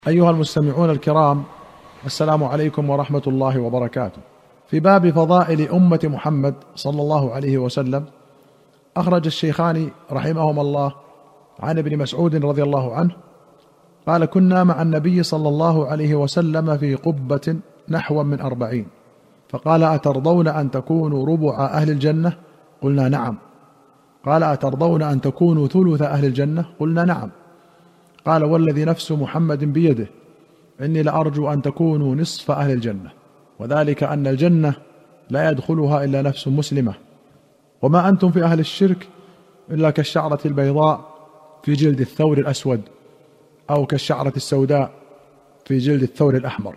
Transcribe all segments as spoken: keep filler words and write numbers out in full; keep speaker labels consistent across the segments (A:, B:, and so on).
A: أيها المستمعون الكرام، السلام عليكم ورحمة الله وبركاته. في باب فضائل أمة محمد صلى الله عليه وسلم، أخرج الشيخان رحمهما الله عن ابن مسعود رضي الله عنه قال: كنا مع النبي صلى الله عليه وسلم في قبة نحو من أربعين، فقال: أترضون أن تكونوا ربع أهل الجنة؟ قلنا نعم. قال: أترضون أن تكونوا ثلث أهل الجنة؟ قلنا نعم. قال: والذي نفس محمد بيده إني لأرجو أن تكونوا نصف أهل الجنة، وذلك أن الجنة لا يدخلها إلا نفس مسلمة، وما أنتم في أهل الشرك إلا كالشعرة البيضاء في جلد الثور الأسود، أو كالشعرة السوداء في جلد الثور الأحمر.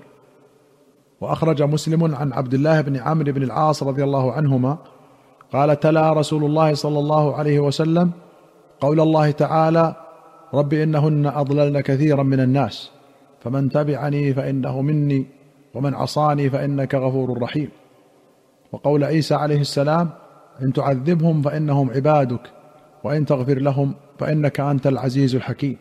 A: وأخرج مسلم عن عبد الله بن عمرو بن العاص رضي الله عنهما قال: تلا رسول الله صلى الله عليه وسلم قول الله تعالى: رب إنهن أضللن كثيرا من الناس، فمن تبعني فإنه مني، ومن عصاني فإنك غفور رحيم. وقول عيسى عليه السلام: إن تعذبهم فإنهم عبادك، وإن تغفر لهم فإنك أنت العزيز الحكيم.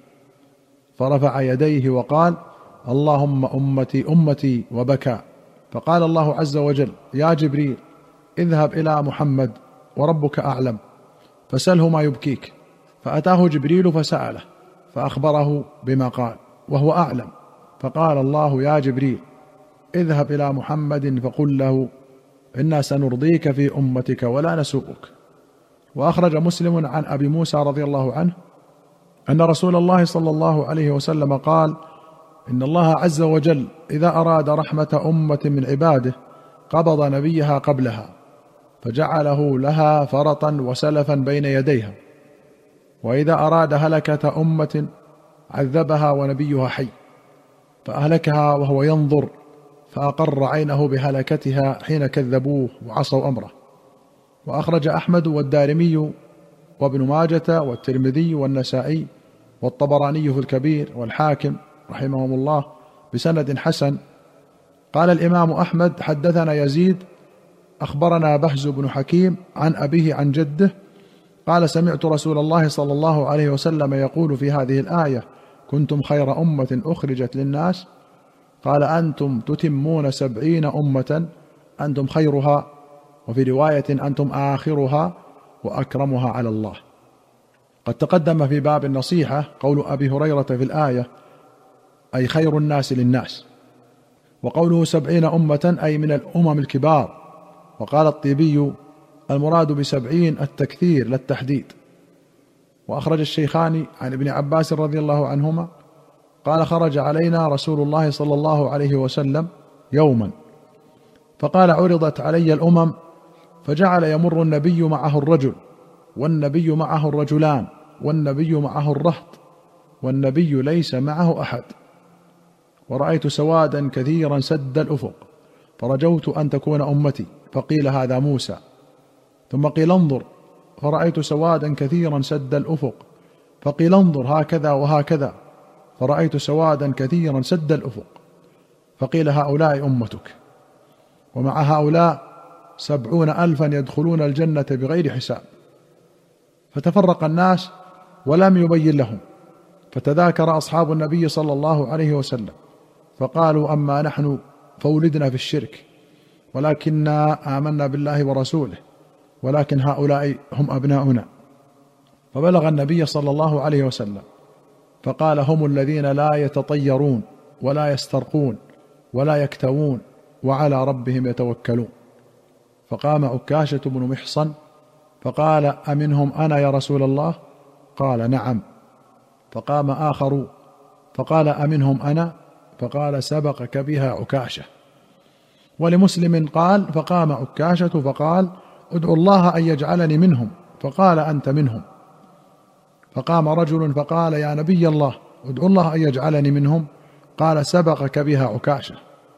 A: فرفع يديه وقال: اللهم أمتي أمتي، وبكى. فقال الله عز وجل: يا جبريل، اذهب إلى محمد وربك أعلم فسله ما يبكيك. فأتاه جبريل فسأله فأخبره بما قال وهو أعلم. فقال الله: يا جبريل، اذهب إلى محمد فقل له: إنا سنرضيك في أمتك ولا نسوءك. وأخرج مسلم عن أبي موسى رضي الله عنه أن رسول الله صلى الله عليه وسلم قال: إن الله عز وجل إذا أراد رحمة أمة من عباده قبض نبيها قبلها، فجعله لها فرطا وسلفا بين يديها، وإذا أراد هلكة أمة عذبها ونبيها حي، فأهلكها وهو ينظر، فأقر عينه بهلكتها حين كذبوه وعصوا أمره. وأخرج أحمد والدارمي وابن ماجة والترمذي والنسائي والطبراني في الكبير والحاكم رحمهم الله بسند حسن. قال الإمام أحمد: حدثنا يزيد أخبرنا بهز بن حكيم عن أبيه عن جده قال: سمعت رسول الله صلى الله عليه وسلم يقول في هذه الآية: كنتم خير أمة أخرجت للناس. قال: أنتم تتمون سبعين أمة، أنتم خيرها، وفي رواية: أنتم آخرها وأكرمها على الله. قد تقدم في باب النصيحة قول أبي هريرة في الآية: أي خير الناس للناس، وقوله سبعين أمة أي من الأمم الكبار. وقال الطيبي: المراد بسبعين التكثير لا التحديد. وأخرج الشيخان عن ابن عباس رضي الله عنهما قال: خرج علينا رسول الله صلى الله عليه وسلم يوما، فقال: عرضت علي الأمم، فجعل يمر النبي معه الرجل، والنبي معه الرجلان، والنبي معه الرهط، والنبي ليس معه أحد. ورأيت سوادا كثيرا سد الأفق، فرجوت أن تكون أمتي، فقيل: هذا موسى. ثم قيل: انظر، فرأيت سوادا كثيرا سد الأفق، فقيل: انظر هكذا وهكذا، فرأيت سوادا كثيرا سد الأفق، فقيل: هؤلاء أمتك. ومع هؤلاء سبعون ألفا يدخلون الجنة بغير حساب. فتفرق الناس ولم يبين لهم، فتذاكر أصحاب النبي صلى الله عليه وسلم فقالوا: أما نحن فولدنا في الشرك، ولكننا آمنا بالله ورسوله، ولكن هؤلاء هم أبناؤنا. فبلغ النبي صلى الله عليه وسلم فقال: هم الذين لا يتطيرون ولا يسترقون ولا يكتوون وعلى ربهم يتوكلون. فقام عكاشة بن محصن فقال: أمنهم أنا يا رسول الله؟ قال: نعم. فقام آخر فقال: أمنهم أنا؟ فقال: سبقك بها عكاشة. ولمسلم قال: فقام عكاشة فقال: ادعو الله أن يجعلني منهم، فقال: أنت منهم. فقام رجل فقال: يا نبي الله، ادعو الله أن يجعلني منهم، قال: سبقك بها عكاشة.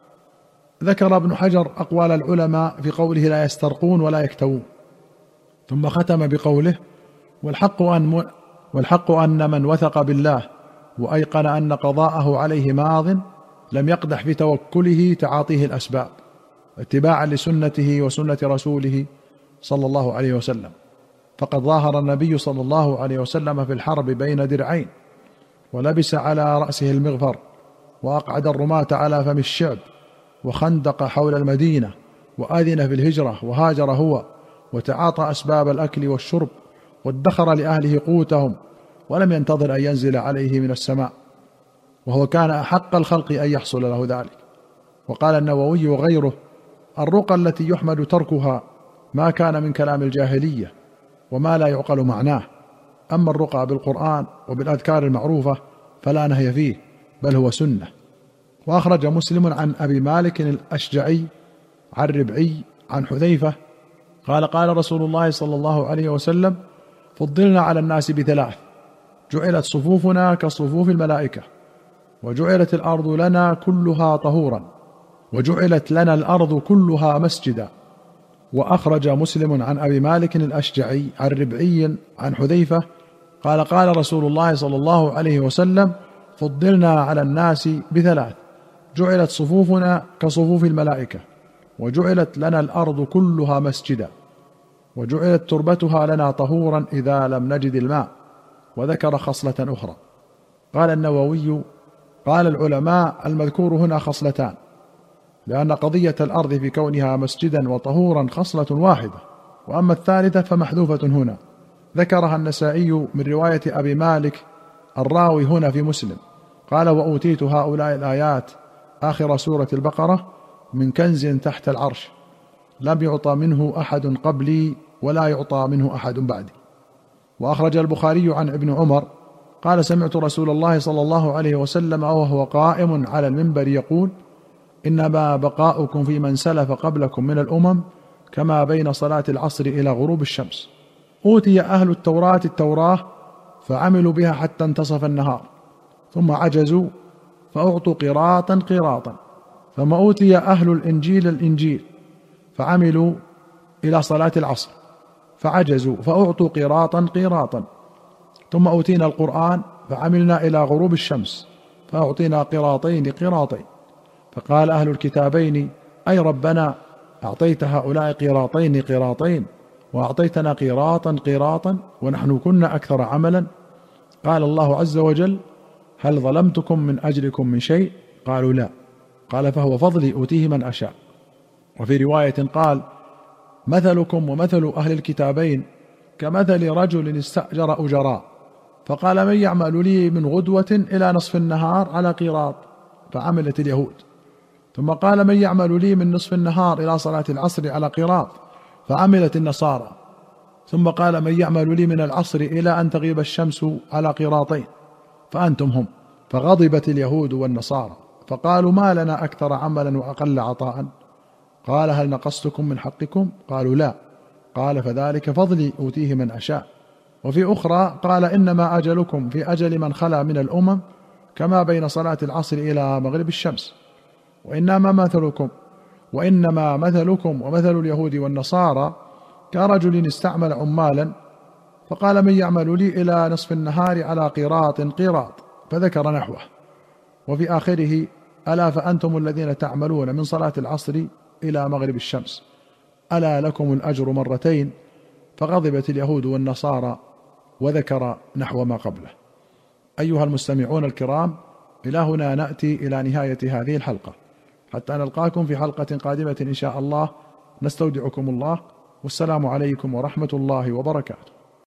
A: ذكر ابن حجر أقوال العلماء في قوله لا يسترقون ولا يكتوون، ثم ختم بقوله: والحق أن, والحق أن من وثق بالله وأيقن أن قضاءه عليه ماض لم يقدح في توكله تعاطيه الأسباب اتباعا لسنته وسنة رسوله صلى الله عليه وسلم. فقد ظاهر النبي صلى الله عليه وسلم في الحرب بين درعين، ولبس على رأسه المغفر، وأقعد الرماة على فم الشعب، وخندق حول المدينة، وأذن في الهجرة، وهاجر هو، وتعاطى أسباب الأكل والشرب، وادخر لأهله قوتهم، ولم ينتظر أن ينزل عليه من السماء، وهو كان أحق الخلق أن يحصل له ذلك. وقال النووي وغيره: الرقى التي يحمد تركها ما كان من كلام الجاهلية وما لا يعقل معناه، أما الرقى بالقرآن وبالأذكار المعروفة فلا نهي فيه، بل هو سنة. وأخرج مسلم عن أبي مالك الأشجعي عن ربعي عن حذيفة قال: قال رسول الله صلى الله عليه وسلم: فضلنا على الناس بثلاث: جعلت صفوفنا كصفوف الملائكة، وجعلت الأرض لنا كلها طهورا، وجعلت لنا الأرض كلها مسجدا. وأخرج مسلم عن أبي مالك الأشجعي عن ربعي عن حذيفة قال: قال رسول الله صلى الله عليه وسلم: فضلنا على الناس بثلاث: جعلت صفوفنا كصفوف الملائكة، وجعلت لنا الأرض كلها مسجدا، وجعلت تربتها لنا طهورا إذا لم نجد الماء. وذكر خصلة أخرى. قال النووي: قال العلماء: المذكور هنا خصلتان، لأن قضية الأرض في كونها مسجدا وطهورا خصلة واحدة، وأما الثالثة فمحذوفة هنا. ذكرها النسائي من رواية أبي مالك الراوي هنا في مسلم، قال: وأوتيت هؤلاء الآيات آخر سورة البقرة من كنز تحت العرش، لم يعطى منه أحد قبلي ولا يعطى منه أحد بعدي. وأخرج البخاري عن ابن عمر قال: سمعت رسول الله صلى الله عليه وسلم وهو قائم على المنبر يقول: إنما بقاؤكم في من سلف قبلكم من الأمم كما بين صلاة العصر إلى غروب الشمس. أوتي أهل التوراة التوراة فعملوا بها حتى انتصف النهار، ثم عجزوا فأعطوا قراطا قراطا، ثم أوتي أهل الإنجيل الإنجيل فعملوا إلى صلاة العصر فعجزوا فأعطوا قراطا قراطا، ثم أوتينا القرآن فعملنا إلى غروب الشمس فأعطينا قراطين قراطين. فقال أهل الكتابين: أي ربنا، أعطيت هؤلاء قراطين قراطين وأعطيتنا قراطا قراطا ونحن كنا أكثر عملا. قال الله عز وجل: هل ظلمتكم من أجلكم من شيء؟ قالوا لا. قال: فهو فضلي أوتيه من أشاء. وفي رواية قال: مثلكم ومثل أهل الكتابين كمثل رجل استأجر أجراء، فقال: من يعمل لي من غدوة إلى نصف النهار على قيراط؟ فعملت اليهود. ثم قال: من يعمل لي من نصف النهار إلى صلاة العصر على قيراط؟ فعملت النصارى. ثم قال: من يعمل لي من العصر إلى أن تغيب الشمس على قيراطين؟ فأنتم هم. فغضبت اليهود والنصارى فقالوا: ما لنا أكثر عملا وأقل عطاء؟ قال: هل نقصتكم من حقكم؟ قالوا لا. قال: فذلك فضلي أوتيه من أشاء. وفي أخرى قال: إنما أجلكم في أجل من خلا من الأمم كما بين صلاة العصر إلى مغرب الشمس، وإنما مثلكم وإنما مثلكم ومثل اليهود والنصارى كرجل استعمل عمالا فقال: من يعمل لي إلى نصف النهار على قيراط قيراط؟ فذكر نحوه. وفي آخره: ألا فأنتم الذين تعملون من صلاة العصر إلى مغرب الشمس، ألا لكم الأجر مرتين؟ فغضبت اليهود والنصارى، وذكر نحو ما قبله. أيها المستمعون الكرام، إلى هنا نأتي إلى نهاية هذه الحلقة، حتى نلقاكم في حلقة قادمة إن شاء الله. نستودعكم الله، والسلام عليكم ورحمة الله وبركاته.